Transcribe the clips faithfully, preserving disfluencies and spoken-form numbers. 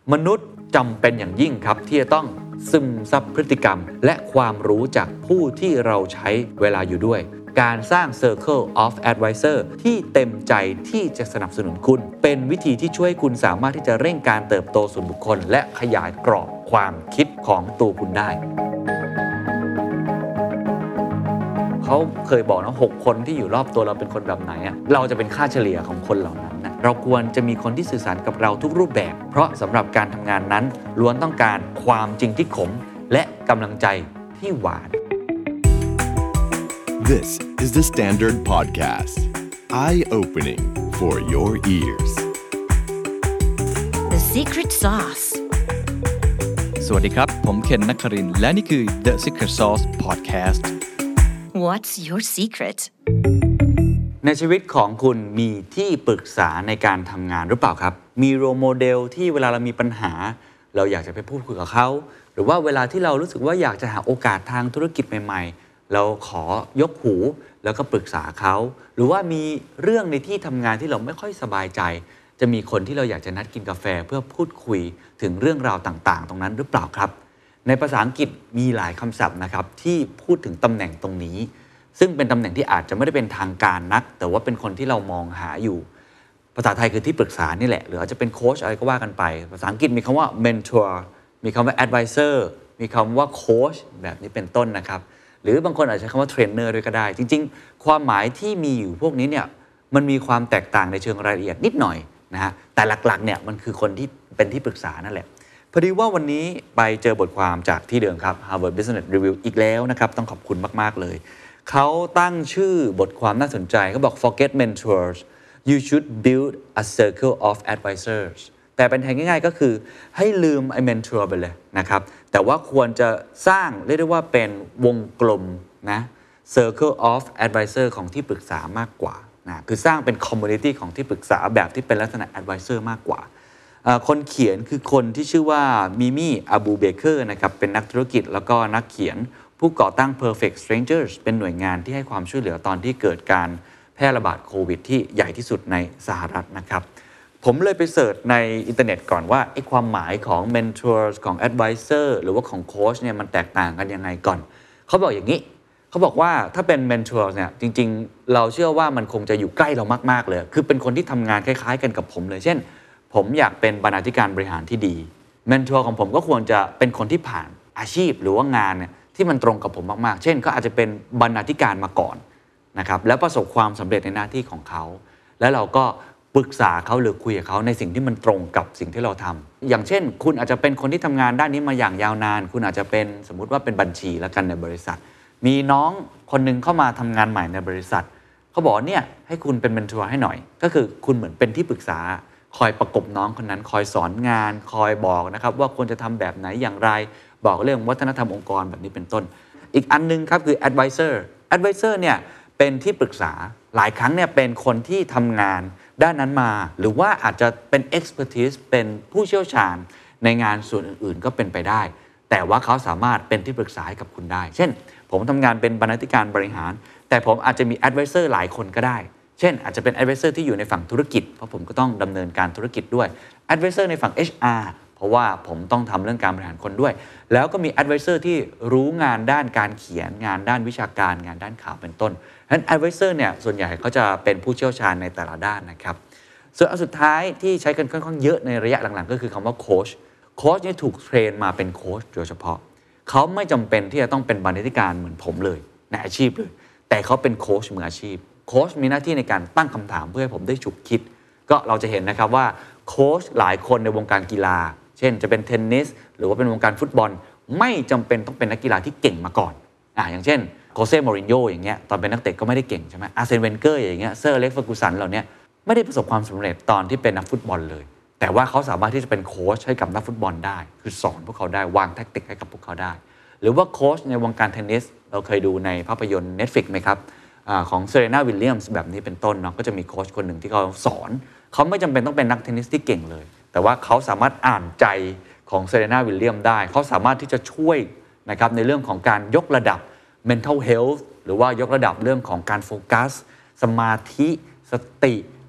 มนุษย์จำเป็นอย่างยิ่งครับที่จะต้องซึมซับพฤติกรรมและความรู้จากผู้ที่เราใช้เวลาอยู่ด้วยการสร้าง Circle of Advisor ที่เต็มใจที่จะสนับสนุนคุณเป็นวิธีที่ช่วยคุณสามารถที่จะเร่งการเติบโตส่วนบุคคลและขยายกรอบความคิดของตัวคุณได้เขาเคยบอกนะหกคนที่อยู่รอบตัวเราเป็นคนแบบไหนอะเราจะเป็นค่าเฉลี่ยของคนเหล่านั้นนะเราควรจะมีคนที่สื่อสารกับเราทุกรูปแบบเพราะสำหรับการทำงานนั้นล้วนต้องการความจริงที่ขมและกำลังใจที่หวาน This is the Standard Podcast. Eye-opening for your ears. The Secret Sauce. สวัสดีครับผมเคนนักครินทร์และนี่คือ The Secret Sauce Podcast. What's your secret? ในชีวิตของคุณมีที่ปรึกษาในการทำงานหรือเปล่าครับมีโรโมเดลที่เวลาเรามีปัญหาเราอยากจะไปพูดคุยกับเขาหรือว่าเวลาที่เรารู้สึกว่าอยากจะหาโอกาสทางธุรกิจใหม่ๆเราขอยกหูแล้วก็ปรึกษาเขาหรือว่ามีเรื่องในที่ทำงานที่เราไม่ค่อยสบายใจจะมีคนที่เราอยากจะนัดกินกาแฟเพื่อพูดคุยถึงเรื่องราวต่างๆตรงนั้นหรือเปล่าครับในภาษาอังกฤษมีหลายคำศัพท์นะครับที่พูดถึงตำแหน่งตรงนี้ซึ่งเป็นตำแหน่งที่อาจจะไม่ได้เป็นทางการนักแต่ว่าเป็นคนที่เรามองหาอยู่ภาษาไทยคือที่ปรึกษานี่แหละหรืออาจจะเป็นโค้ชอะไรก็ว่ากันไปภาษาอังกฤษมีคำว่า mentor มีคำว่า advisor มีคำว่าโค้ชแบบนี้เป็นต้นนะครับหรือบางคนอาจจะใช้คำว่าเทรนเนอร์ด้วยก็ได้จริงๆความหมายที่มีอยู่พวกนี้เนี่ยมันมีความแตกต่างในเชิงรายละเอียดนิดหน่อยนะฮะแต่หลักๆเนี่ยมันคือคนที่เป็นที่ปรึกษานั่นแหละพอดีว่าวันนี้ไปเจอบทความจากที่เดิมครับ Harvard Business Review อีกแล้วนะครับต้องขอบคุณมากๆเลยเขาตั้งชื่อบทความน่าสนใจเขาบอก forget mentors you should build a circle of advisors แต่เป็นไทยง่ายๆก็คือให้ลืมไอ้ mentor ไปเลยนะครับแต่ว่าควรจะสร้างเรียกได้ว่าเป็นวงกลมนะ circle of advisor ของที่ปรึกษามากกว่านะคือสร้างเป็น community ของที่ปรึกษาแบบที่เป็นลักษณะ advisor มากกว่าคนเขียนคือคนที่ชื่อว่ามิมี่อาบูเบเกอร์นะครับเป็นนักธุรกิจแล้วก็นักเขียนผู้ก่อตั้ง Perfect Strangers เป็นหน่วยงานที่ให้ความช่วยเหลือตอนที่เกิดการแพร่ระบาดโควิดที่ใหญ่ที่สุดในสหรัฐนะครับผมเลยไปเสิร์ชในอินเทอร์เน็ตก่อนว่าไอ้ความหมายของ Mentors ของ Advisor หรือว่าของโค้ชเนี่ยมันแตกต่างกันยังไงก่อนเขาบอกอย่างนี้เขาบอกว่าถ้าเป็น Mentors เนี่ยจริงๆเราเชื่อว่ามันคงจะอยู่ใกล้เรามากๆเลยคือเป็นคนที่ทำงานคล้ายๆกันกับผมเลยเช่นผมอยากเป็นบรรณาธิการบริหารที่ดี Mentor ของผมก็ควรจะเป็นคนที่ผ่านอาชีพหรือว่างานเนี่ยที่มันตรงกับผมมากๆเช่นเขาอาจจะเป็นบรรณาธิการมาก่อนนะครับแล้วประสบความสำเร็จในหน้าที่ของเขาแล้วเราก็ปรึกษาเขาหรือคุยกับเขาในสิ่งที่มันตรงกับสิ่งที่เราทำอย่างเช่นคุณอาจจะเป็นคนที่ทำงานด้านนี้มาอย่างยาวนานคุณอาจจะเป็นสมมุติว่าเป็นบัญชีแล้วกันในบริษัทมีน้องคนนึงเข้ามาทำงานใหม่ในบริษัทเขาบอกเนี่ยให้คุณเป็นเมนทอร์ให้หน่อยก็คือคุณเหมือนเป็นที่ปรึกษาคอยประกบน้องคนนั้นคอยสอนงานคอยบอกนะครับว่าควรจะทำแบบไหนอย่างไรบอกเรื่องวัฒนธรรมองค์กรแบบนี้เป็นต้นอีกอันนึงครับคือ advisor advisor เนี่ยเป็นที่ปรึกษาหลายครั้งเนี่ยเป็นคนที่ทำงานด้านนั้นมาหรือว่าอาจจะเป็น expertise เป็นผู้เชี่ยวชาญในงานส่วนอื่นๆก็เป็นไปได้แต่ว่าเขาสามารถเป็นที่ปรึกษาให้กับคุณได้เช่นผมทำงานเป็นบรรณาธิการบริหารแต่ผมอาจจะมี advisor หลายคนก็ได้เช่นอาจจะเป็น advisor ที่อยู่ในฝั่งธุรกิจเพราะผมก็ต้องดำเนินการธุรกิจด้วย advisor ในฝั่ง เอช อาร์ เพราะว่าผมต้องทำเรื่องการบริหารคนด้วยแล้วก็มี advisor ที่รู้งานด้านการเขียนงานด้านวิชาการงานด้านข่าวเป็นต้นฉะนั้น advisor เนี่ยส่วนใหญ่เขาจะเป็นผู้เชี่ยวชาญในแต่ละด้านนะครับส่วนอันสุดท้ายที่ใช้กันค่อนข้างเยอะในระยะหลังๆก็คือคำว่าโค้ชโค้ชนี่ถูกเทรนมาเป็นโค้ชโดยเฉพาะเขาไม่จำเป็นที่จะต้องเป็นบรรณาธิการเหมือนผมเลยในอาชีพเลยแต่เขาเป็นโค้ชมืออาชีพโค้ชมีหน้าที่ในการตั้งคำถามเพื่อให้ผมได้ฉุกคิดก็เราจะเห็นนะครับว่าโค้ชหลายคนในวงการกีฬาเช่นจะเป็นเทนนิสหรือว่าเป็นวงการฟุตบอลไม่จำเป็นต้องเป็นนักกีฬาที่เก่งมาก่อนอ่าอย่างเช่นโคเซ่มอรินโญ่อย่างเงี้ยตอนเป็นนักเตะก็ไม่ได้เก่งใช่ไหมอาร์เซนเวนเกอร์อย่างเงี้ยเซอร์อเล็กซ์เฟอร์กูสันเหล่านี้ไม่ได้ประสบความสำเร็จตอนที่เป็นนักฟุตบอลเลยแต่ว่าเขาสามารถที่จะเป็นโค้ชให้กับนักฟุตบอลได้คือสอนพวกเขาได้วางแทคติกให้กับพวกเขาได้หรือว่าโค้ชในวงการเทนนิสเราเคยดูในภาพยนตร์ Netflix ไหมครับของเซเรนาวิลเลียมส์แบบนี้เป็นต้นเนาะก็จะมีโค้ชคนหนึ่งที่เขาสอนเขาไม่จำเป็นต้องเป็นนักเทนนิสที่เก่งเลยแต่ว่าเขาสามารถอ่านใจของเซเรนาวิลเลียมได้เขาสามารถที่จะช่วยนะครับในเรื่องของการยกระดับ mental health หรือว่ายกระดับเรื่องของการโฟกัสสมาธิสติ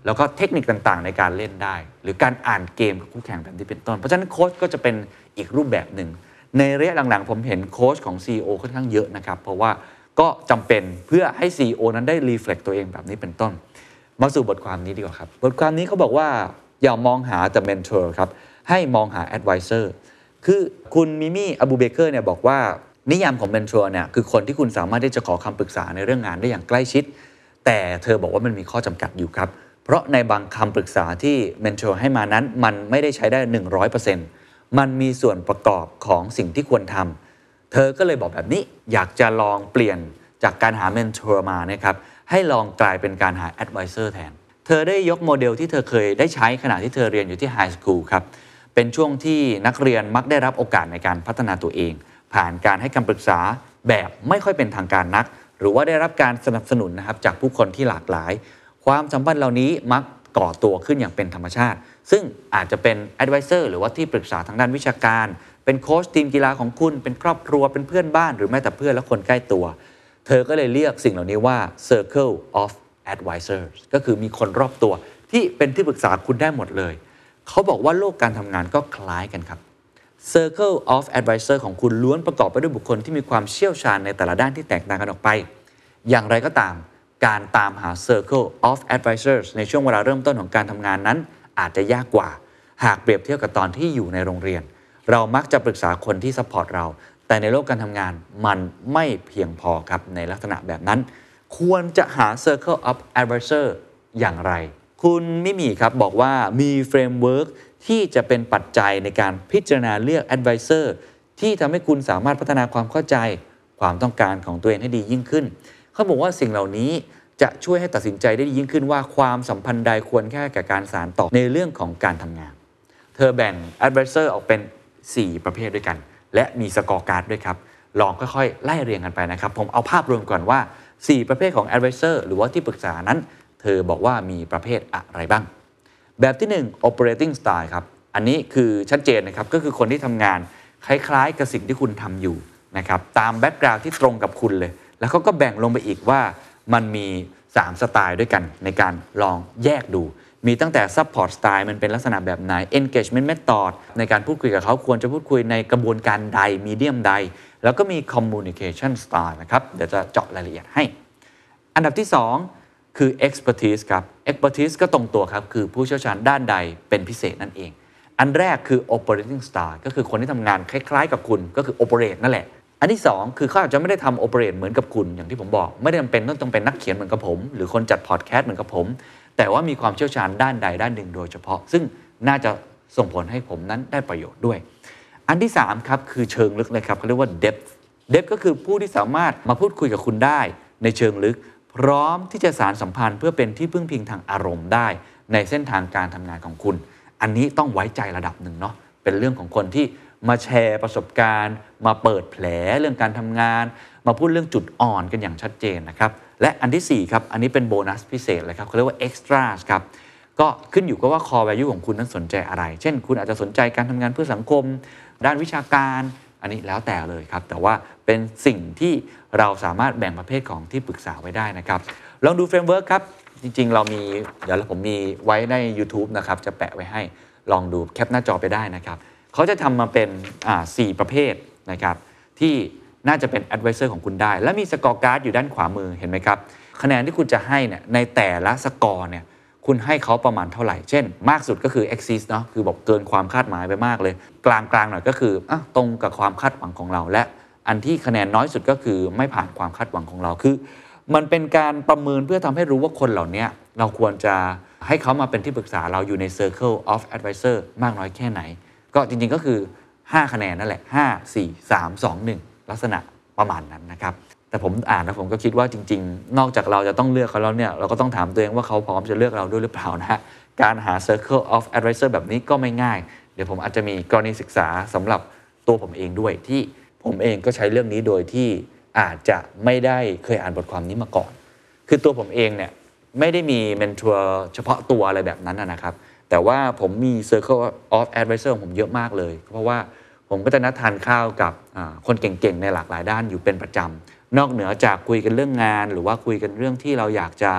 แล้วก็เทคนิคต่างๆในการเล่นได้หรือการอ่านเกมกับคู่แข่งแบบนี้เป็นต้นเพราะฉะนั้นโค้ชก็จะเป็นอีกรูปแบบหนึ่งในระยะหลังๆผมเห็นโค้ชของ ซี อี โอ ค่อนข้างเยอะนะครับเพราะว่าก็จำเป็นเพื่อให้ ซี อี โอ นั้นได้รีเฟล็กตัวเองแบบนี้เป็นต้นมาสู่บทความนี้ดีกว่าครับบทความนี้เขาบอกว่าอย่ามองหาแต่เมนทอร์ครับให้มองหาแอดไวเซอร์คือคุณมิมี่อบูเบเกอร์เนี่ยบอกว่านิยามของเมนทอร์เนี่ยคือคนที่คุณสามารถที่จะขอคำปรึกษาในเรื่องงานได้อย่างใกล้ชิดแต่เธอบอกว่ามันมีข้อจำกัดอยู่ครับเพราะในบางคำปรึกษาที่เมนทอร์ให้มานั้นมันไม่ได้ใช้ได้ หนึ่งร้อยเปอร์เซ็นต์ มันมีส่วนประกอบของสิ่งที่ควรทำเธอก็เลยบอกแบบนี้อยากจะลองเปลี่ยนจากการหาเมนทอร์มานะครับให้ลองกลายเป็นการหาแอดไวเซอร์แทนเธอได้ยกโมเดลที่เธอเคยได้ใช้ขณะที่เธอเรียนอยู่ที่ไฮสคูลครับเป็นช่วงที่นักเรียนมักได้รับโอกาสในการพัฒนาตัวเองผ่านการให้คำปรึกษาแบบไม่ค่อยเป็นทางการนักหรือว่าได้รับการสนับสนุนนะครับจากผู้คนที่หลากหลายความสัมพันธ์เหล่านี้มักก่อตัวขึ้นอย่างเป็นธรรมชาติซึ่งอาจจะเป็นแอดไวเซอร์หรือว่าที่ปรึกษาทางด้านวิชาการเป็นโค้ชทีมกีฬาของคุณเป็นครอบครัวเป็นเพื่อนบ้านหรือแม้แต่เพื่อนและคนใกล้ตัวเธอก็เลยเรียกสิ่งเหล่านี้ว่า Circle of Advisors ก็คือมีคนรอบตัวที่เป็นที่ปรึกษาคุณได้หมดเลยเขาบอกว่าโลกการทำงานก็คล้ายกันครับ Circle of Advisor ของคุณล้วนประกอบไปด้วยบุคคลที่มีความเชี่ยวชาญในแต่ละด้านที่แตกต่างกันออกไปอย่างไรก็ตามการตามหา Circle of Advisors ในช่วงเวลาเริ่มต้นของการทำงานนั้นอาจจะยากกว่าหากเปรียบเทียบกับตอนที่อยู่ในโรงเรียนเรามักจะปรึกษาคนที่ซัพพอร์ตเราแต่ในโลกการทำงานมันไม่เพียงพอครับในลักษณะแบบนั้นควรจะหา Circle of Advisor อย่างไรคุณมิมี่ครับบอกว่ามีเฟรมเวิร์กที่จะเป็นปัจจัยในการพิจารณาเลือก Advisor ที่ทำให้คุณสามารถพัฒนาความเข้าใจความต้องการของตัวเองให้ดียิ่งขึ้นเขาบอกว่าสิ่งเหล่านี้จะช่วยให้ตัดสินใจได้ดียิ่งขึ้นว่าความสัมพันธ์ใดควรแค่กับการสานต่อในเรื่องของการทำงานเธอแบ่ง Advisor ออกเป็นสี่ประเภทด้วยกันและมีสกอร์การ์ดด้วยครับลองค่อยๆไล่เรียงกันไปนะครับผมเอาภาพรวมก่อนว่าสี่ประเภทของ Advisor หรือว่าที่ปรึกษานั้นเธอบอกว่ามีประเภทอะไรบ้างแบบที่หนึ่ง operating style ครับอันนี้คือชัดเจนนะครับก็คือคนที่ทำงานคล้ายๆกับสิ่งที่คุณทำอยู่นะครับตามแบ็กกราวด์ที่ตรงกับคุณเลยแล้วเขาก็แบ่งลงไปอีกว่ามันมีสามสไตล์ด้วยกันในการลองแยกดูมีตั้งแต่ support style มันเป็นลักษณะแบบไหน engagement method ในการพูดคุยกับเขาควรจะพูดคุยในกระบวนการใด medium ใดแล้วก็มี communication style นะครับเดี๋ยวจะเจาะรายละเอียดให้อันดับที่สองคือ expertise ครับ expertise ก็ตรงตัวครับคือผู้เชี่ยวชาญด้านใดเป็นพิเศษนั่นเองอันแรกคือ operating style ก็คือคนที่ทำงานคล้ายๆกับคุณก็คือ operate นั่นแหละอันที่สองคือเขาอาจจะไม่ได้ทำ operate เหมือนกับคุณอย่างที่ผมบอกไม่ได้จำเป็นต้องต้องเป็นนักเขียนเหมือนกับผมหรือคนจัด podcast เหมือนกับผมแต่ว่ามีความเชี่ยวชาญด้านใดด้านหนึ่งโดยเฉพาะซึ่งน่าจะส่งผลให้ผมนั้นได้ประโยชน์ด้วยอันที่สามครับคือเชิงลึกเลยครับเขาเรียกว่า depth depth ก็คือผู้ที่สามารถมาพูดคุยกับคุณได้ในเชิงลึกพร้อมที่จะสานสัมพันธ์เพื่อเป็นที่พึ่งพิงทางอารมณ์ได้ในเส้นทางการทำงานของคุณอันนี้ต้องไว้ใจระดับหนึ่งเนาะเป็นเรื่องของคนที่มาแชร์ประสบการณ์มาเปิดแผลเรื่องการทำงานมาพูดเรื่องจุดอ่อนกันอย่างชัดเจนนะครับและอันที่สี่ครับอันนี้เป็นโบนัสพิเศษเลยครับเขาเรียกว่า extras ครับก็ขึ้นอยู่กับว่า core value ของคุณนั้นสนใจอะไรเช่นคุณอาจจะสนใจการทำงานเพื่อสังคมด้านวิชาการอันนี้แล้วแต่เลยครับแต่ว่าเป็นสิ่งที่เราสามารถแบ่งประเภทของที่ปรึกษาไว้ได้นะครับลองดูเฟรมเวิร์กครับจริงๆเรามีเดี๋ยวผมมีไว้ใน YouTube นะครับจะแปะไว้ให้ลองดูแคปหน้าจอไปได้นะครับเขาจะทำมาเป็นอ่าสี่ประเภทนะครับที่น่าจะเป็น advisor ของคุณได้และมีสกอร์การ์ดอยู่ด้านขวามือเห็นไหมครับคะแนนที่คุณจะให้เนี่ยในแต่ละสกอร์เนี่ยคุณให้เขาประมาณเท่าไหร่เช่นมากสุดก็คือ exceed เนาะคือบอกเกินความคาดหมายไปมากเลยกลางๆหน่อยก็คืออ่ะตรงกับความคาดหวังของเราและอันที่คะแนนน้อยสุดก็คือไม่ผ่านความคาดหวังของเราคือมันเป็นการประเมินเพื่อทำให้รู้ว่าคนเหล่านี้เราควรจะให้เขามาเป็นที่ปรึกษาเราอยู่ใน circle of advisor มากน้อยแค่ไหนก็จริงๆก็คือห้าคะแนนนั่นแหละห้า สี่ สาม สอง หนึ่งลักษณะประมาณนั้นนะครับแต่ผมอ่านแล้วผมก็คิดว่าจริงๆนอกจากเราจะต้องเลือกเขาแล้วเนี่ยเราก็ต้องถามตัวเองว่าเขาพร้อมจะเลือกเราด้วยหรือเปล่านะฮะการหา circle of advisor แบบนี้ก็ไม่ง่ายเดี๋ยวผมอาจจะมีกรณีศึกษาสำหรับตัวผมเองด้วยที่ผมเองก็ใช้เรื่องนี้โดยที่อาจจะไม่ได้เคยอ่านบทความนี้มาก่อนคือตัวผมเองเนี่ยไม่ได้มีเมนทอร์เฉพาะตัวอะไรแบบนั้นนะครับแต่ว่าผมมี Circle of Advisor ของผมเยอะมากเลยเพราะว่าผมก็จะนัดทานข้าวกับคนเก่งๆในหลากหลายด้านอยู่เป็นประจำนอกเหนือจากคุยกันเรื่องงานหรือว่าคุยกันเรื่องที่เราอยากจะ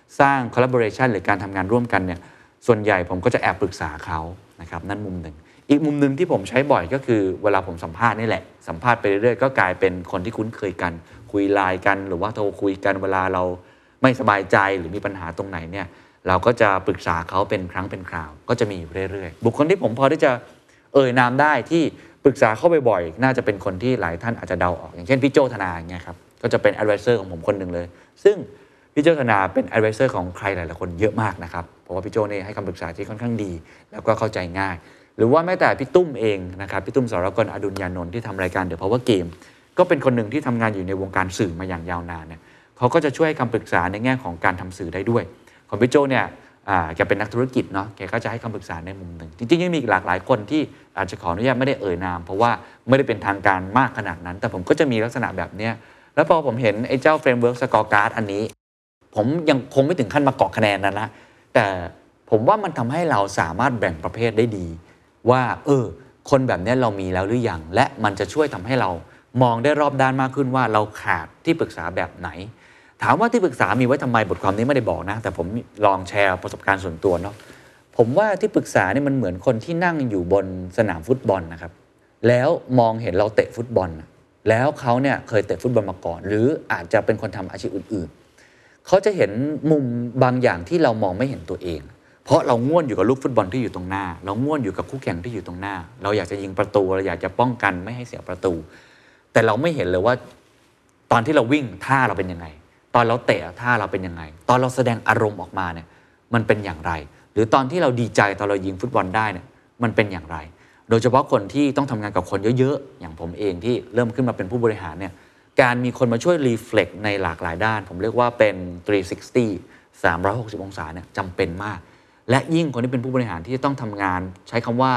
สร้าง collaboration หรือการทำงานร่วมกันเนี่ยส่วนใหญ่ผมก็จะแอบปรึกษาเขานะครับนั่นมุมหนึ่งอีกมุมหนึ่งที่ผมใช้บ่อยก็คือเวลาผมสัมภาษณ์นี่แหละสัมภาษณ์ไปเรื่อยๆก็กลายเป็นคนที่คุ้นเคยกันคุยไลน์กันหรือว่าโทรคุยกันเวลาเราไม่สบายใจหรือมีปัญหาตรงไหนเนี่ยเราก็จะปรึกษาเขาเป็นครั้งเป็นคราวก็จะมีอยู่เรื่อยๆบุคคลที่ผมพอที่จะเอ่ยนามได้ที่ปรึกษาเข้าไปบ่อยน่าจะเป็นคนที่หลายท่านอาจจะเดาออกอย่างเช่นพี่โจธนาอย่างเงี้ยครับก็จะเป็น advisor ของผมคนหนึ่งเลยซึ่งพี่โจธนาเป็น advisor ของใครหลายๆคนเยอะมากนะครับเพราะว่าพี่โจเนี่ยให้คำปรึกษาที่ค่อนข้างดีแล้วก็เข้าใจง่ายหรือว่าแม้แต่พี่ตุ้มเองนะครับพี่ตุ้มสรกลอดุลยานนท์ที่ทำรายการ The Power Game ก็เป็นคนหนึ่งที่ทำงานอยู่ในวงการสื่อมาอย่างยาวนานเนี่ยเขาก็จะช่วยให้คำปรึกษาในแง่ของการทำสื่อได้ด้วยของพี่โจเนี่ยอ่าแกเป็นนักธุรกิจเนาะแกก็จะให้คำปรึกษาในมุมหนึ่งจริงๆยังมีอีกหลากหลายคนที่อาจจะขออนุญาตไม่ได้เอ่ยนามเพราะว่าไม่ได้เป็นทางการมากขนาดนั้นแต่ผมก็จะมีลักษณะแบบเนี้ยแล้วพอผมเห็นไอ้เจ้าเฟรมเวิร์กสกอร์การ์ดอันนี้ผมยังคงไม่ถึงขั้นมาเกาะคะแนนนะนะแต่ผมว่ามันทำให้เราสามารถแบ่งประเภทได้ดีว่าเออคนแบบนี้เรามีแล้วหรือยังและมันจะช่วยทำให้เรามองได้รอบด้านมากขึ้นว่าเราขาดที่ปรึกษาแบบไหนถามว่าที่ปรึกษามีไว้ทำไมบทความนี้ไม่ได้บอกนะแต่ผมลองแชร์ประสบการณ์ส่วนตัวเนาะผมว่าที่ปรึกษาเนี่ยมันเหมือนคนที่นั่งอยู่บนสนามฟุตบอลนะครับแล้วมองเห็นเราเตะฟุตบอลแล้วเขาเนี่ยเคยเตะฟุตบอลมาก่อนหรืออาจจะเป็นคนทำอาชีพอื่นๆเขาจะเห็นมุมบางอย่างที่เรามองไม่เห็นตัวเองเพราะเราง่วนอยู่กับลูกฟุตบอลที่อยู่ตรงหน้าเราง่วนอยู่กับคู่แข่งที่อยู่ตรงหน้าเราอยากจะยิงประตูเราอยากจะป้องกันไม่ให้เสียประตูแต่เราไม่เห็นเลยว่าตอนที่เราวิ่งท่าเราเป็นยังไงตอนเราเตะท่าเราเป็นยังไงตอนเราแสดงอารมณ์ออกมาเนี่ยมันเป็นอย่างไรหรือตอนที่เราดีใจตอนเรายิงฟุตบอลได้เนี่ยมันเป็นอย่างไรโดยเฉพาะคนที่ต้องทำงานกับคนเยอะๆอย่างผมเองที่เริ่มขึ้นมาเป็นผู้บริหารเนี่ยการมีคนมาช่วยรีเฟล็กในหลากหลายด้านผมเรียกว่าเป็นสามร้อยหกสิบ สามร้อยหกสิบองศาเนี่ยจำเป็นมากและยิ่งคนที่เป็นผู้บริหารที่ต้องทำงานใช้คำว่า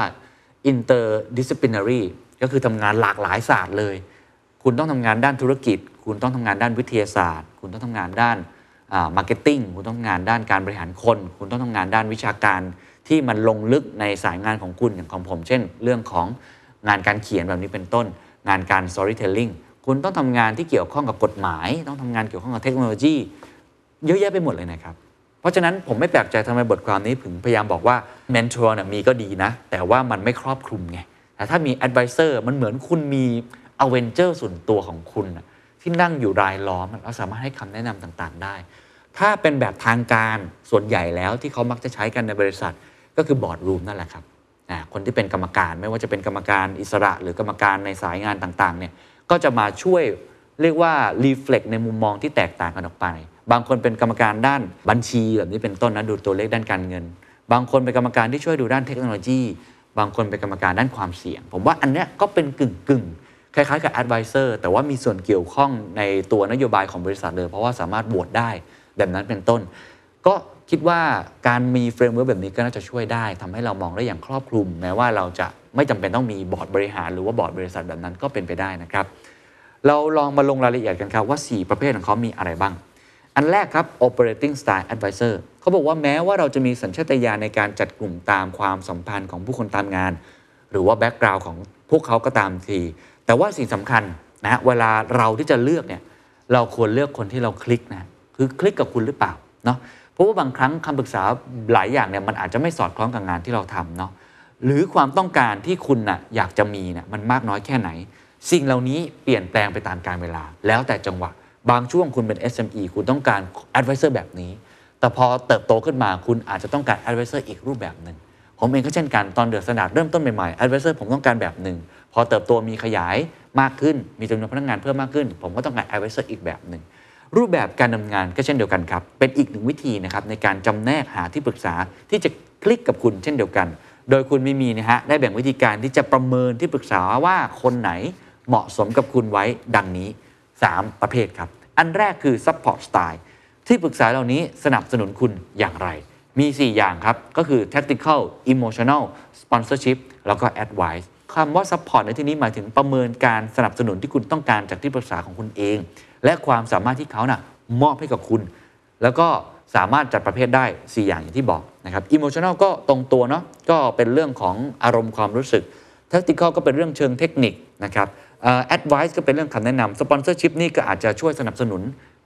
interdisciplinary ก็คือทำงานหลากหลายศาสตร์เลยคุณต้องทำงานด้านธุรกิจคุณต้องทำงานด้านวิทยาศาสตร์คุณต้องทำงานด้านมาร์เก็ตติ้งคุณต้องทำงานด้านการบริหารคนคุณต้องทำงานด้านวิชาการที่มันลงลึกในสายงานของคุณอย่างของผมเช่นเรื่องของงานการเขียนแบบนี้เป็นต้นงานการ storytelling คุณต้องทำงานที่เกี่ยวข้องกับกฎหมายต้องทำงานเกี่ยวข้องกับเทคโนโลยีเยอะแยะไปหมดเลยนะครับเพราะฉะนั้นผมไม่แปลกใจทำไมบทความนี้ถึงพยายามบอกว่า mentor นะมีก็ดีนะแต่ว่ามันไม่ครอบคลุมไงแต่ถ้ามี advisor มันเหมือนคุณมี avenger ส่วนตัวของคุณนะที่นั่งอยู่รายล้อมแล้วสามารถให้คำแนะนำต่างๆได้ถ้าเป็นแบบทางการส่วนใหญ่แล้วที่เขามักจะใช้กันในบริษัทก็คือบอร์ดรูมนั่นแหละครับคนที่เป็นกรรมการไม่ว่าจะเป็นกรรมการอิสระหรือกรรมการในสายงานต่างๆเนี่ยก็จะมาช่วยเรียกว่า reflect ในมุมมองที่แตกต่างกันออกไปบางคนเป็นกรรมการด้านบัญชีแบบนี้เป็นต้นนะดูตัวเลขด้านการเงินบางคนเป็นกรรมการที่ช่วยดูด้านเทคโนโลยีบางคนเป็นกรรมการด้านความเสี่ยงผมว่าอันเนี้ยก็เป็นกึ่งๆคล้ายๆกับ advisor แต่ว่ามีส่วนเกี่ยวข้องในตัวนโยบายของบริษัทเลยเพราะว่าสามารถโหวตได้แบบนั้นเป็นต้นก็คิดว่าการมีเฟรมเวิร์คแบบนี้ก็น่าจะช่วยได้ทำให้เรามองได้อย่างครอบคลุมแม้ว่าเราจะไม่จำเป็นต้องมีบอร์ดบริหารหรือว่าบอร์ดบริษัทแบบนั้นก็เป็นไปได้นะครับเราลองมาลงรายละเอียดกันครับว่าสี่ประเภทของเขามีอะไรบ้างอันแรกครับ operating style advisor เขาบอกว่าแม้ว่าเราจะมีสัญชาตญาณในการจัดกลุ่มตามความสัมพันธ์ของผู้คนตามงานหรือว่า background ของพวกเขาก็ตามทีแต่ว่าสิ่งสำคัญนะเวลาเราที่จะเลือกเนี่ยเราควรเลือกคนที่เราคลิกนะคือคลิกกับคุณหรือเปล่าเนาะเพราะว่าบางครั้งคำปรึกษาหลายอย่างเนี่ยมันอาจจะไม่สอดคล้องกับงานที่เราทำเนาะหรือความต้องการที่คุณน่ะอยากจะมีเนี่ยมันมากน้อยแค่ไหนสิ่งเหล่านี้เปลี่ยนแปลงไปตามกาลเวลาแล้วแต่จังหวะบางช่วงคุณเป็น เอส เอ็ม อี คุณต้องการ advisor แบบนี้แต่พอเติบโตขึ้นมาคุณอาจจะต้องการ advisor อีกรูปแบบหนึ่งผมเองก็เช่นกันตอนเดือดสนาดเริ่มต้นใหม่ๆ advisor ผมต้องการแบบหนึ่งพอเติบโตมีขยายมากขึ้นมีจำนวนพนักงานเพิ่มมากขึ้นผมก็ต้องการ advisor อีกแบบหนึ่งรูปแบบการดำเนินงานก็เช่นเดียวกันครับเป็นอีกหนึ่งวิธีนะครับในการจำแนกหาที่ปรึกษาที่จะคลิกกับคุณเช่นเดียวกันโดยคุณไม่มีนะฮะได้แบ่งวิธีการที่จะประเมินที่ปรึกษาว่าคนไหนเหมาะสมกับคุณไว้ดังนี้สามประเภทครับอันแรกคือ support style ที่ปรึกษาเหล่านี้สนับสนุนคุณอย่างไรมีสี่อย่างครับก็คือ tactical emotional sponsorship แล้วก็ advice คำว่า support ในที่นี้หมายถึงประเมินการสนับสนุนที่คุณต้องการจากที่ปรึกษาของคุณเองและความสามารถที่เขาน่ะมอบให้กับคุณแล้วก็สามารถจัดประเภทได้สี่อย่างอย่างที่บอกนะครับ emotional ก็ตรงตัวเนาะก็เป็นเรื่องของอารมณ์ความรู้สึก tactical ก็เป็นเรื่องเชิงเทคนิคนะครับ uh, advice ก็เป็นเรื่องคำแนะนำ sponsorship นี่ก็อาจจะช่วยสนับสนุน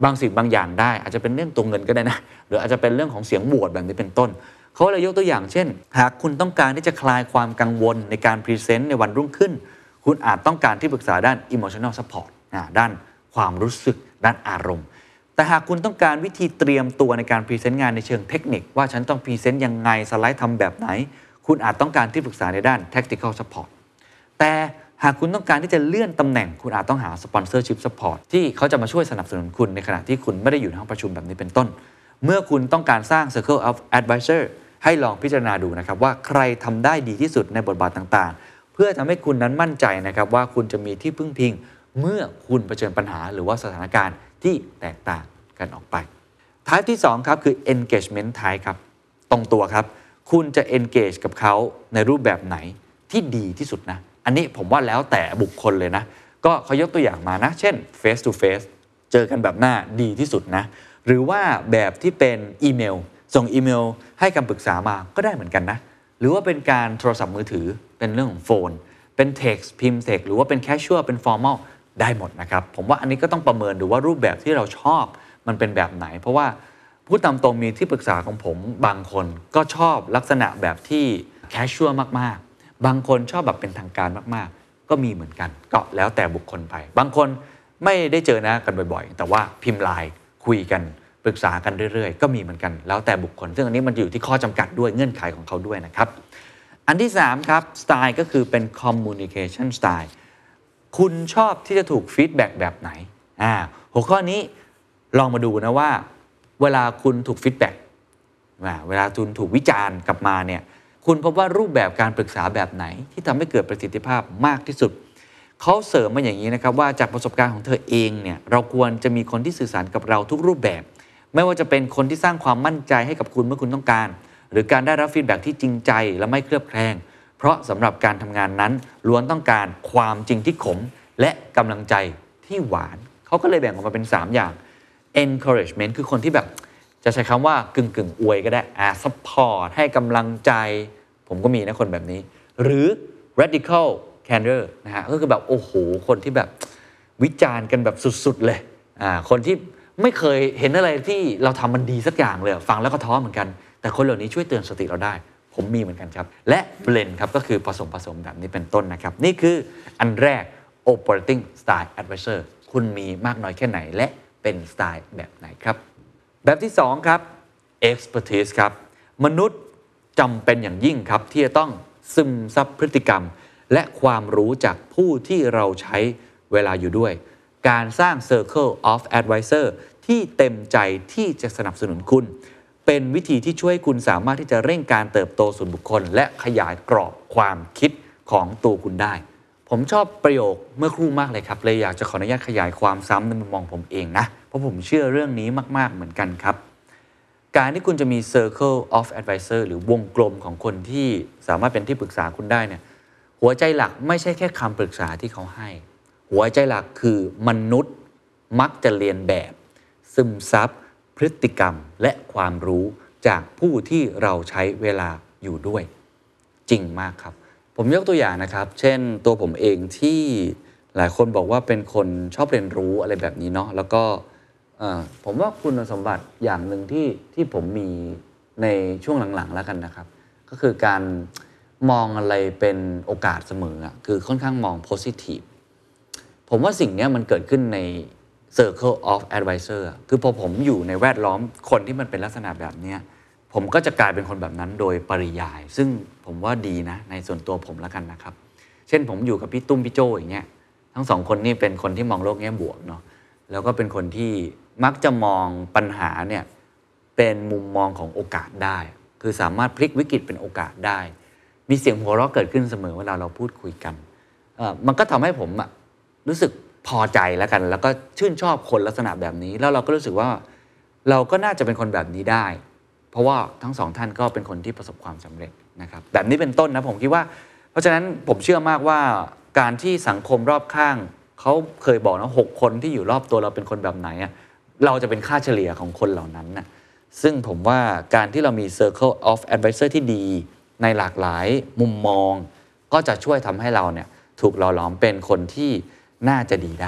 บางสิ่งบางอย่างได้อาจจะเป็นเรื่องตัวเงินก็ได้นะหรืออาจจะเป็นเรื่องของเสียงโหวตแบบนี้เป็นต้นเขาเลยยกตัวอย่างเช่นหากคุณต้องการที่จะคลายความกังวลในการพรีเซนต์ในวันรุ่งขึ้นคุณอาจต้องการที่ปรึกษาด้าน emotional support ด้านความรู้สึกด้านอารมณ์แต่หากคุณต้องการวิธีเตรียมตัวในการพรีเซนต์งานในเชิงเทคนิคว่าฉันต้องพรีเซนต์ยังไงสไลด์ทำแบบไหนคุณอาจต้องการที่ปรึกษาในด้าน tactical support แต่หากคุณต้องการที่จะเลื่อนตำแหน่งคุณอาจต้องหา sponsorship support ที่เขาจะมาช่วยสนับสนุนคุณในขณะที่คุณไม่ได้อยู่ในห้องประชุมแบบนี้เป็นต้นเมื่อคุณต้องการสร้าง circle of advisor ให้ลองพิจารณาดูนะครับว่าใครทำได้ดีที่สุดในบทบาทต่างๆเพื่อทำให้คุณนั้นมั่นใจนะครับว่าคุณจะมีที่พึ่งพิงเมื่อคุณเผชิญปัญหาหรือว่าสถานการณ์ที่แตกต่างกันออกไป type ที่สองครับคือ engagement type ครับตรงตัวครับคุณจะ engage กับเขาในรูปแบบไหนที่ดีที่สุดนะอันนี้ผมว่าแล้วแต่บุคคลเลยนะก็เขายกตัวอย่างมานะเช่น face to face เจอกันแบบหน้าดีที่สุดนะหรือว่าแบบที่เป็นอีเมลส่งอีเมลให้คำปรึกษามาก็ได้เหมือนกันนะหรือว่าเป็นการโทรศัพท์มือถือเป็นเรื่องของโฟนเป็น text พิมพ์ text หรือว่าเป็น casual เป็น formal ได้หมดนะครับผมว่าอันนี้ก็ต้องประเมินดูว่ารูปแบบที่เราชอบมันเป็นแบบไหนเพราะว่าพูดตามตรงมีที่ปรึกษาของผมบางคนก็ชอบลักษณะแบบที่ casual มากๆบางคนชอบแบบเป็นทางการมากๆก็มีเหมือนกันก็แล้วแต่บุคคลไปบางคนไม่ได้เจอหน้ากันบ่อยๆแต่ว่าพิมพ์ไลน์คุยกันปรึกษากันเรื่อยๆก็มีเหมือนกันแล้วแต่บุคคลซึ่งอันนี้มันอยู่ที่ข้อจำกัดด้วยเงื่อนไขของเขาด้วยนะครับอันที่สามครับสไตล์ก็คือเป็น communication style คุณชอบที่จะถูกฟีดแบ็กแบบไหนอ่าหัวข้อนี้ลองมาดูนะว่าเวลาคุณถูกฟีดแบ็กเวลาคุณถูกวิจารณ์กลับมาเนี่ยคุณพบว่ารูปแบบการปรึกษาแบบไหนที่ทำให้เกิดประสิทธิภาพมากที่สุดเขาเสริมมาอย่างนี้นะครับว่าจากประสบการณ์ของเธอเองเนี่ยเราควรจะมีคนที่สื่อสารกับเราทุกรูปแบบไม่ว่าจะเป็นคนที่สร้างความมั่นใจให้กับคุณเมื่อคุณต้องการหรือการได้รับฟีดแบ็กที่จริงใจและไม่เคลือบแคลงเพราะสำหรับการทำงานนั้นล้วนต้องการความจริงที่ขมและกำลังใจที่หวานเขาก็เลยแบ่งออกมาเป็นสามอย่าง encouragement คือคนที่แบบจะใช้คำว่ากึ่งกึ่งอวยก็ได้อ่า support ให้กำลังใจผมก็มีนะคนแบบนี้หรือ radical candor นะฮะก็คือแบบโอ้โหคนที่แบบวิจารณ์กันแบบสุดๆเลยอ่าคนที่ไม่เคยเห็นอะไรที่เราทำมันดีสักอย่างเลยฟังแล้วก็ท้อเหมือนกันแต่คนเหล่านี้ช่วยเตือนสติเราได้ผมมีเหมือนกันครับและ blend ครับก็คือผสมผสมแบบนี้เป็นต้นนะครับนี่คืออันแรก operating style advisor คุณมีมากน้อยแค่ไหนและเป็นสไตล์แบบไหนครับแบบที่สองครับ expertise ครับมนุษย์จำเป็นอย่างยิ่งครับที่จะต้องซึมซับพฤติกรรมและความรู้จากผู้ที่เราใช้เวลาอยู่ด้วยการสร้าง Circle of Advisor ที่เต็มใจที่จะสนับสนุนคุณเป็นวิธีที่ช่วยคุณสามารถที่จะเร่งการเติบโตส่วนบุคคลและขยายกรอบความคิดของตัวคุณได้ผมชอบประโยคเมื่อครู่มากเลยครับเลยอยากจะขออนุญาตขยายความซ้ำในมุมมองผมเองนะเพราะผมเชื่อเรื่องนี้มากๆเหมือนกันครับการที่คุณจะมี Circle of Advisor หรือวงกลมของคนที่สามารถเป็นที่ปรึกษาคุณได้เนี่ยหัวใจหลักไม่ใช่แค่คำปรึกษาที่เขาให้หัวใจหลักคือมนุษย์มักจะเรียนแบบซึมซับพฤติกรรมและความรู้จากผู้ที่เราใช้เวลาอยู่ด้วยจริงมากครับผมยกตัวอย่างนะครับเช่นตัวผมเองที่หลายคนบอกว่าเป็นคนชอบเรียนรู้อะไรแบบนี้เนาะแล้วก็ผมว่าคุณสมบัติอย่างหนึ่งที่ที่ผมมีในช่วงหลังๆแล้วกันนะครับก็คือการมองอะไรเป็นโอกาสเสมออะคือค่อนข้างมอง positive ผมว่าสิ่งนี้มันเกิดขึ้นใน Circle of Advisor คือพอผมอยู่ในแวดล้อมคนที่มันเป็นลักษณะแบบนี้ผมก็จะกลายเป็นคนแบบนั้นโดยปริยายซึ่งผมว่าดีนะในส่วนตัวผมแล้วกันนะครับเช่นผมอยู่กับพี่ตุ้มพี่โจอย่างเงี้ยทั้งสองคนนี่เป็นคนที่มองโลกแง่บวกเนาะแล้วก็เป็นคนที่มักจะมองปัญหาเนี่ยเป็นมุมมองของโอกาสได้คือสามารถพลิกวิกฤตเป็นโอกาสได้มีเสียงหัวเราะเกิดขึ้นเสมอเวลาเราพูดคุยกันเอ่อมันก็ทำให้ผมอะรู้สึกพอใจแล้วกันแล้วก็ชื่นชอบคนลักษณะแบบนี้แล้วเราก็รู้สึกว่าเราก็น่าจะเป็นคนแบบนี้ได้เพราะว่าทั้งสองท่านก็เป็นคนที่ประสบความสำเร็จนะครับแบบนี้เป็นต้นนะผมคิดว่าเพราะฉะนั้นผมเชื่อมากว่าการที่สังคมรอบข้างเขาเคยบอกนะหกคนที่อยู่รอบตัวเราเป็นคนแบบไหนอะเราจะเป็นค่าเฉลี่ยของคนเหล่านั้นนะซึ่งผมว่าการที่เรามี Circle of Advisor ที่ดีในหลากหลายมุมมองก็จะช่วยทำให้เราเนี่ยถูกหล่อหลอมเป็นคนที่น่าจะดีได้ค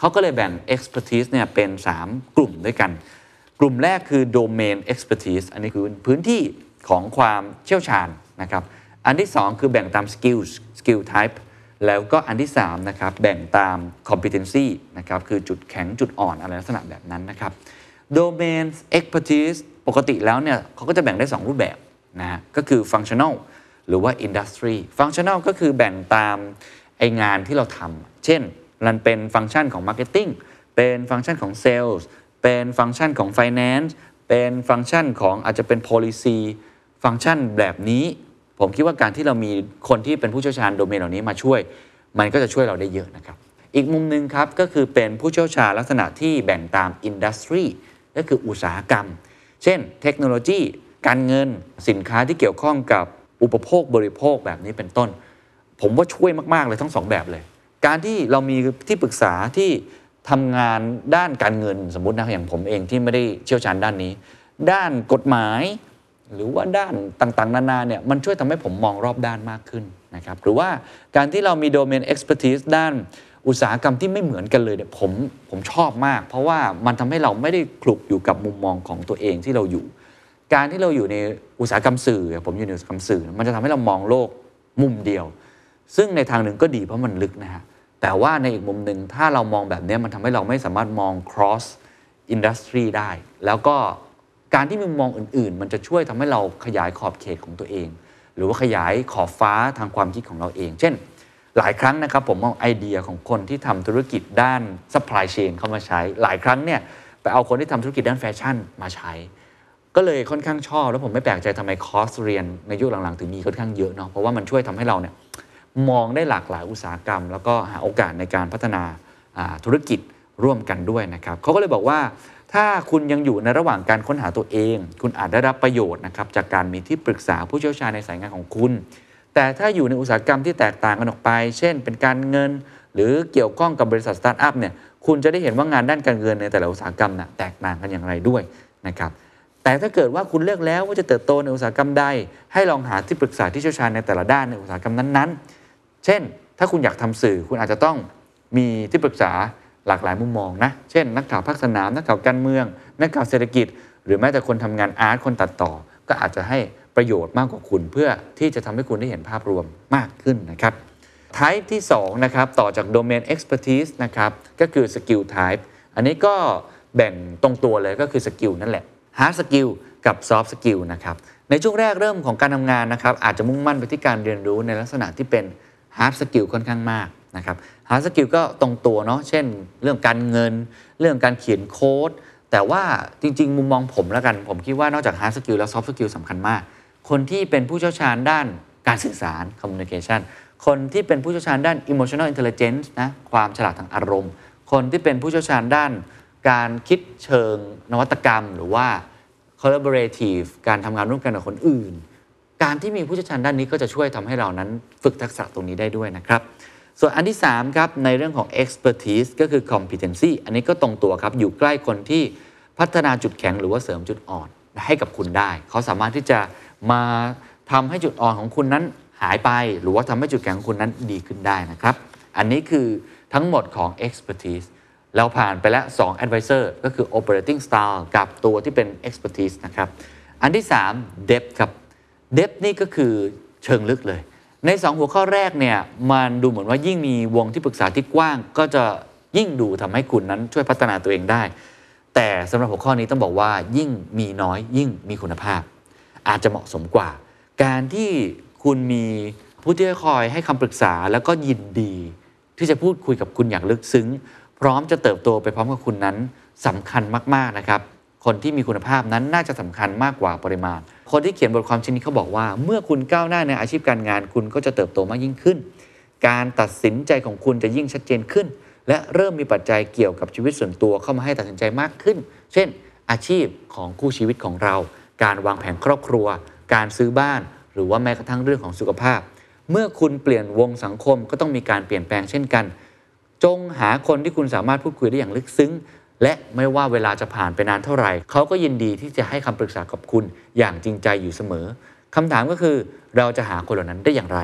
เขาก็เลยแบ่ง expertise เนี่ยเป็นสามกลุ่มด้วยกันกลุ่มแรกคือ domain expertise อันนี้คือพื้นที่ของความเชี่ยวชาญนะครับอันที่สองคือแบ่งตาม skills skill type แล้วก็อันที่สามนะครับแบ่งตาม competency นะครับคือจุดแข็งจุดอ่อนอะไรลักษณะแบบนั้นนะครับ domain expertise ปกติแล้วเนี่ยเขาก็จะแบ่งได้สองรูปแบบนะฮะก็คือ functional หรือว่า industry functional ก็คือแบ่งตามไองานที่เราทำเช่นมันเป็นฟังก์ชันของ marketing เป็นฟังก์ชันของ sales เป็นฟังก์ชันของ finance เป็นฟังก์ชันของอาจจะเป็น policy ฟังก์ชันแบบนี้ผมคิดว่าการที่เรามีคนที่เป็นผู้เชี่ยวชาญโดเมนเหล่านี้มาช่วยมันก็จะช่วยเราได้เยอะนะครับอีกมุมนึงครับก็คือเป็นผู้เชี่ยวชาญลักษณะที่แบ่งตาม industry ก็คืออุตสาหกรรมเช่นเทคโนโลยีการเงินสินค้าที่เกี่ยวข้องกับอุปโภคบริโภคแบบนี้เป็นต้นผมว่าช่วยมากๆเลยทั้งสองแบบเลยการที่เรามีที่ปรึกษาที่ทำงานด้านการเงินสมมุตินะอย่างผมเองที่ไม่ได้เชี่ยวชาญด้านนี้ด้านกฎหมายหรือว่าด้านต่างๆนานาเนี่ยมันช่วยทำให้ผมมองรอบด้านมากขึ้นนะครับหรือว่าการที่เรามี domain expertise ด้านอุตสาหกรรมที่ไม่เหมือนกันเลยเนี่ยผมผมชอบมากเพราะว่ามันทำให้เราไม่ได้คลุกอยู่กับมุมมองของตัวเองที่เราอยู่การที่เราอยู่ในอุตสาหกรรมสื่อผมอยู่ในอุตสาหกรรมสื่อมันจะทำให้เรามองโลกมุมเดียวซึ่งในทางหนึ่งก็ดีเพราะมันลึกนะฮะแต่ว่าในอีกมุมหนึ่งถ้าเรามองแบบนี้มันทำให้เราไม่สามารถมอง cross industry ได้แล้วก็การที่มุมมองอื่นๆมันจะช่วยทำให้เราขยายขอบเขตของตัวเองหรือว่าขยายขอบฟ้าทางความคิดของเราเองเช่นหลายครั้งนะครับผมเอาไอเดียของคนที่ทำธุรกิจด้าน supply chain เข้ามาใช้หลายครั้งเนี่ยไปเอาคนที่ทำธุรกิจด้านแฟชั่นมาใช้ก็เลยค่อนข้างชอบแล้วผมไม่แปลกใจทำไมคอร์สเรียนในยุคหลังๆถึงมีค่อนข้างเยอะเนาะเพราะว่ามันช่วยทำให้เราเนี่ยมองได้หลากหลายอุตสาหกรรมแล้วก็หาโอกาสในการพัฒนาธุรกิจร่วมกันด้วยนะครับเขาก็เลยบอกว่าถ้าคุณยังอยู่ในระหว่างการค้นหาตัวเองคุณอาจได้รับประโยชน์นะครับจากการมีที่ปรึกษาผู้เชี่ยวชาญในสายงานของคุณแต่ถ้าอยู่ในอุตสาหกรรมที่แตกต่างกันออกไปเช่นเป็นการเงินหรือเกี่ยวข้องกับบริษัทสตาร์ทอัพเนี่ยคุณจะได้เห็นว่างานด้านการเงินในแต่ละอุตสาหกรรมน่ะแตกต่างกันอย่างไรด้วยนะครับแต่ถ้าเกิดว่าคุณเลือกแล้วว่าจะเติบโตในอุตสาหกรรมใดให้ลองหาที่ปรึกษาที่เชี่ยวชาญในแต่ละด้านในอุตสาหกรรมนั้นๆเช่นถ้าคุณอยากทำสื่อคุณอาจจะต้องมีที่ปรึกษาหลากหลายมุมมองนะเช่นนักข่าวภาคสนามนักข่าวการเมืองนักข่าวเศรษฐกิจหรือแม้แต่คนทำงานอาร์ตคนตัดต่อก็อาจจะให้ประโยชน์มากกว่าคุณเพื่อที่จะทำให้คุณได้เห็นภาพรวมมากขึ้นนะครับ Type ที่สองนะครับต่อจาก Domain Expertise นะครับก็คือ Skill Type อันนี้ก็แบ่งตรงตัวเลยก็คือ Skill นั่นแหละ Hard Skill กับ Soft Skill นะครับในช่วงแรกเริ่มของการทำงานนะครับอาจจะมุ่งมั่นไปที่การเรียนรู้ในลักษณะที่เป็น Hard Skill ค่อนข้างมากนะครับ Hard Skill ก็ตรงตัวเนาะเช่นเรื่องการเงินเรื่องการเขียนโค้ดแต่ว่าจริงๆมุมมองผมแล้วกันผมคิดว่านอกจาก Hard Skill แล้ว Soft Skill สำคัญมากคนที่เป็นผู้เชี่ยวชาญด้านการสื่อสาร communication คนที่เป็นผู้เชี่ยวชาญด้าน emotional intelligence นะความฉลาดทางอารมณ์คนที่เป็นผู้เชี่ยวชาญด้านการคิดเชิงนวัตกรรมหรือว่า collaborative การทำงานร่วมกันกับคนอื่นการที่มีผู้เชี่ยวชาญด้านนี้ก็จะช่วยทำให้เรานั้นฝึกทักษะตรงนี้ได้ด้วยนะครับส่วนอันที่สามครับในเรื่องของ expertise ก็คือ competency อันนี้ก็ตรงตัวครับอยู่ใกล้คนที่พัฒนาจุดแข็งหรือว่าเสริมจุดอ่อนให้กับคุณได้เขาสามารถที่จะมาทำให้จุดอ่อนของคุณนั้นหายไปหรือว่าทำให้จุดแข็งของคุณนั้นดีขึ้นได้นะครับอันนี้คือทั้งหมดของ expertise เราผ่านไปแล้วสอง advisor ก็คือ operating style กับตัวที่เป็น expertise นะครับอันที่สาม depth ครับ depth นี่ก็คือเชิงลึกเลยในสองหัวข้อแรกเนี่ยมันดูเหมือนว่ายิ่งมีวงที่ปรึกษาที่กว้างก็จะยิ่งดูทำให้คุณนั้นช่วยพัฒนาตัวเองได้แต่สำหรับหัวข้อนี้ต้องบอกว่ายิ่งมีน้อยยิ่งมีคุณภาพอาจจะเหมาะสมกว่าการที่คุณมีผู้ที่คอยให้คำปรึกษาแล้วก็ยินดีที่จะพูดคุยกับคุณอย่างลึกซึ้งพร้อมจะเติบโตไปพร้อมกับคุณนั้นสำคัญมากๆนะครับคนที่มีคุณภาพนั้นน่าจะสำคัญมากกว่าปริมาณคนที่เขียนบทความชิ้นนี้เขาบอกว่าเมื่อคุณก้าวหน้าในอาชีพการงานคุณก็จะเติบโตมากยิ่งขึ้นการตัดสินใจของคุณจะยิ่งชัดเจนขึ้นและเริ่มมีปัจจัยเกี่ยวกับชีวิตส่วนตัวเข้ามาให้ตัดสินใจมากขึ้นเช่นอาชีพของคู่ชีวิตของเราการวางแผนครอบครัวการซื้อบ้านหรือว่าแม้กระทั่งเรื่องของสุขภาพเมื่อคุณเปลี่ยนวงสังคมก็ต้องมีการเปลี่ยนแปลงเช่นกันจงหาคนที่คุณสามารถพูดคุยได้อย่างลึกซึ้งและไม่ว่าเวลาจะผ่านไปนานเท่าไหร่เขาก็ยินดีที่จะให้คำปรึกษากับคุณอย่างจริงใจอยู่เสมอคำถามก็คือเราจะหาคนเหล่านั้นได้อย่างไร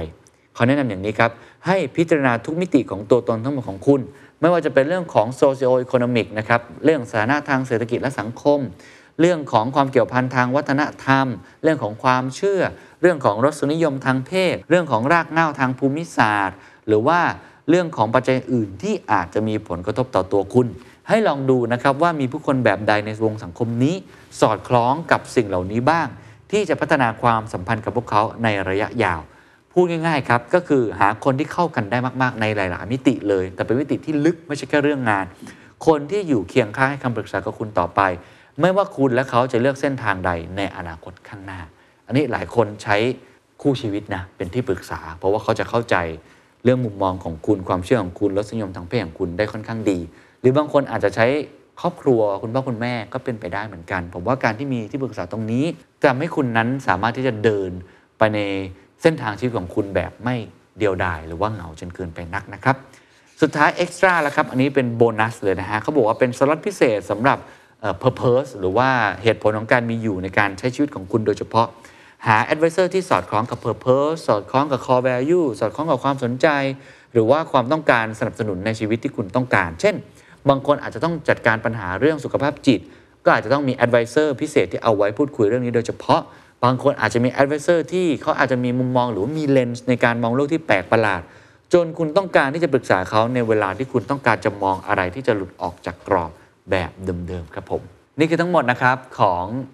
เขาแนะนำอย่างนี้ครับให้พิจารณาทุกมิติของตัวตนทั้งหมดของคุณไม่ว่าจะเป็นเรื่องของ socio-economic นะครับเรื่องสถานะทางเศรษฐกิจและสังคมเรื่องของความเกี่ยวพันทางวัฒนธรรมเรื่องของความเชื่อเรื่องของรสนิยมทางเพศเรื่องของรากเหง้าทางภูมิศาสตร์หรือว่าเรื่องของปัจจัยอื่นที่อาจจะมีผลกระทบต่อตัวคุณให้ลองดูนะครับว่ามีผู้คนแบบใดในวงสังคมนี้สอดคล้องกับสิ่งเหล่านี้บ้างที่จะพัฒนาความสัมพันธ์กับพวกเขาในระยะยาวพูดง่ายๆครับก็คือหาคนที่เข้ากันได้มากๆในหลายๆมิติเลยแต่เป็นมิติที่ลึกไม่ใช่แค่เรื่องงานคนที่อยู่เคียงข้างให้คำปรึกษากับคุณต่อไปไม่ว่าคุณและเขาจะเลือกเส้นทางใดในอนาคตข้างหน้าอันนี้หลายคนใช้คู่ชีวิตนะเป็นที่ปรึกษาเพราะว่าเขาจะเข้าใจเรื่องมุมมองของคุณความเชื่อของคุณรสนิยมทางเพศของคุณได้ค่อนข้างดีหรือบางคนอาจจะใช้ครอบครัวคุณพ่อคุณแม่ก็เป็นไปได้เหมือนกันผมว่าการที่มีที่ปรึกษาตรงนี้จะทำให้คุณนั้นสามารถที่จะเดินไปในเส้นทางชีวิตของคุณแบบไม่เดียวดายหรือว่าเหงาจนเกินไปนักนะครับสุดท้ายเอ็กซ์ตร้าแล้วครับอันนี้เป็นโบนัสเลยนะฮะเขาบอกว่าเป็นสล็อตพิเศษสำหรับเอ่อ purpose หรือว่าเหตุผลของการมีอยู่ในการใช้ชีวิตของคุณโดยเฉพาะหา advisor ที่สอดคล้องกับ purpose สอดคล้องกับ core value สอดคล้องกับความสนใจหรือว่าความต้องการสนับสนุนในชีวิตที่คุณต้องการเช่นบางคนอาจจะต้องจัดการปัญหาเรื่องสุขภาพจิตก็อาจจะต้องมี advisor พิเศษที่เอาไว้พูดคุยเรื่องนี้โดยเฉพาะบางคนอาจจะมี advisor ที่เขาอาจจะมีมุมมองหรือว่ามีเลนส์ในการมองโลกที่แปลกประหลาดจนคุณต้องการที่จะปรึกษาเขาในเวลาที่คุณต้องการจะมองอะไรที่จะหลุดออกจากกรอบแบบเดิมๆครับผมนี่คือทั้งหมดนะครับของ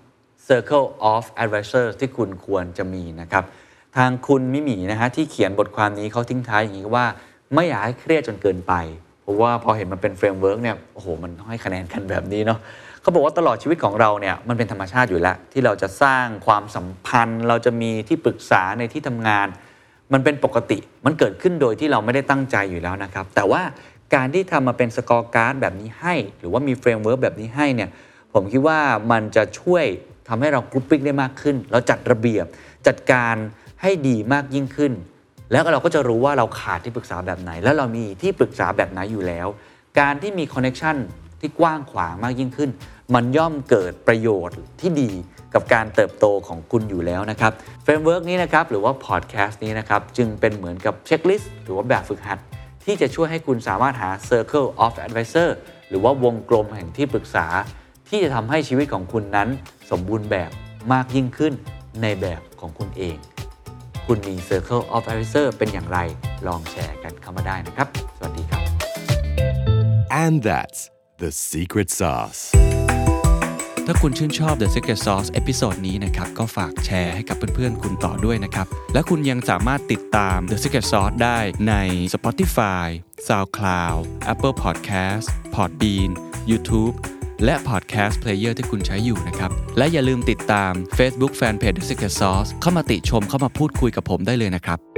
Circle of Advisors ที่คุณควรจะมีนะครับทางคุณมิหมีนะฮะที่เขียนบทความนี้เขาทิ้งท้ายอย่างนี้ว่าไม่อยากให้เครียดจนเกินไปเพราะว่าพอเห็นมันเป็นเฟรมเวิร์กเนี่ยโอ้โหมันต้องให้คะแนนกันแบบนี้เนาะเขาบอกว่าตลอดชีวิตของเราเนี่ยมันเป็นธรรมชาติอยู่แล้วที่เราจะสร้างความสัมพันธ์เราจะมีที่ปรึกษาในที่ทำงานมันเป็นปกติมันเกิดขึ้นโดยที่เราไม่ได้ตั้งใจอยู่แล้วนะครับแต่ว่าการที่ทำมาเป็นสกอร์การ์ดแบบนี้ให้หรือว่ามีเฟรมเวิร์กแบบนี้ให้เนี่ยผมคิดว่ามันจะช่วยทำให้เรากรุ๊ปปิ้งได้มากขึ้นเราจัดระเบียบจัดการให้ดีมากยิ่งขึ้นแล้วเราก็จะรู้ว่าเราขาดที่ปรึกษาแบบไหนแล้วเรามีที่ปรึกษาแบบไหนอยู่แล้วการที่มีคอนเนคชั่นที่กว้างขวางมากยิ่งขึ้นมันย่อมเกิดประโยชน์ที่ดีกับการเติบโตของคุณอยู่แล้วนะครับเฟรมเวิร์กนี้นะครับหรือว่าพอดแคสต์นี้นะครับจึงเป็นเหมือนกับเช็คลิสต์หรือว่าแบบฝึกหัดที่จะช่วยให้คุณสามารถหา Circle of Advisor หรือว่าวงกลมแห่งที่ปรึกษาที่จะทำให้ชีวิตของคุณนั้นสมบูรณ์แบบมากยิ่งขึ้นในแบบของคุณเองคุณมี Circle of Advisor เป็นอย่างไรลองแชร์กันเข้ามาได้นะครับสวัสดีครับ And that's the secret sauce. ถ้าคุณชื่นชอบ The Secret Sauce เอพิโซดนี้นะครับก็ฝากแชร์ให้กับเพื่อนๆคุณต่อด้วยนะครับและคุณยังสามารถติดตาม The Secret Sauce ได้ใน Spotify, SoundCloud, Apple Podcast, Podbean, YouTube และ Podcast Player ที่คุณใช้อยู่นะครับและอย่าลืมติดตาม Facebook Fanpage The Secret Sauce เข้ามาติชมเข้ามาพูดคุยกับผมได้เลยนะครับ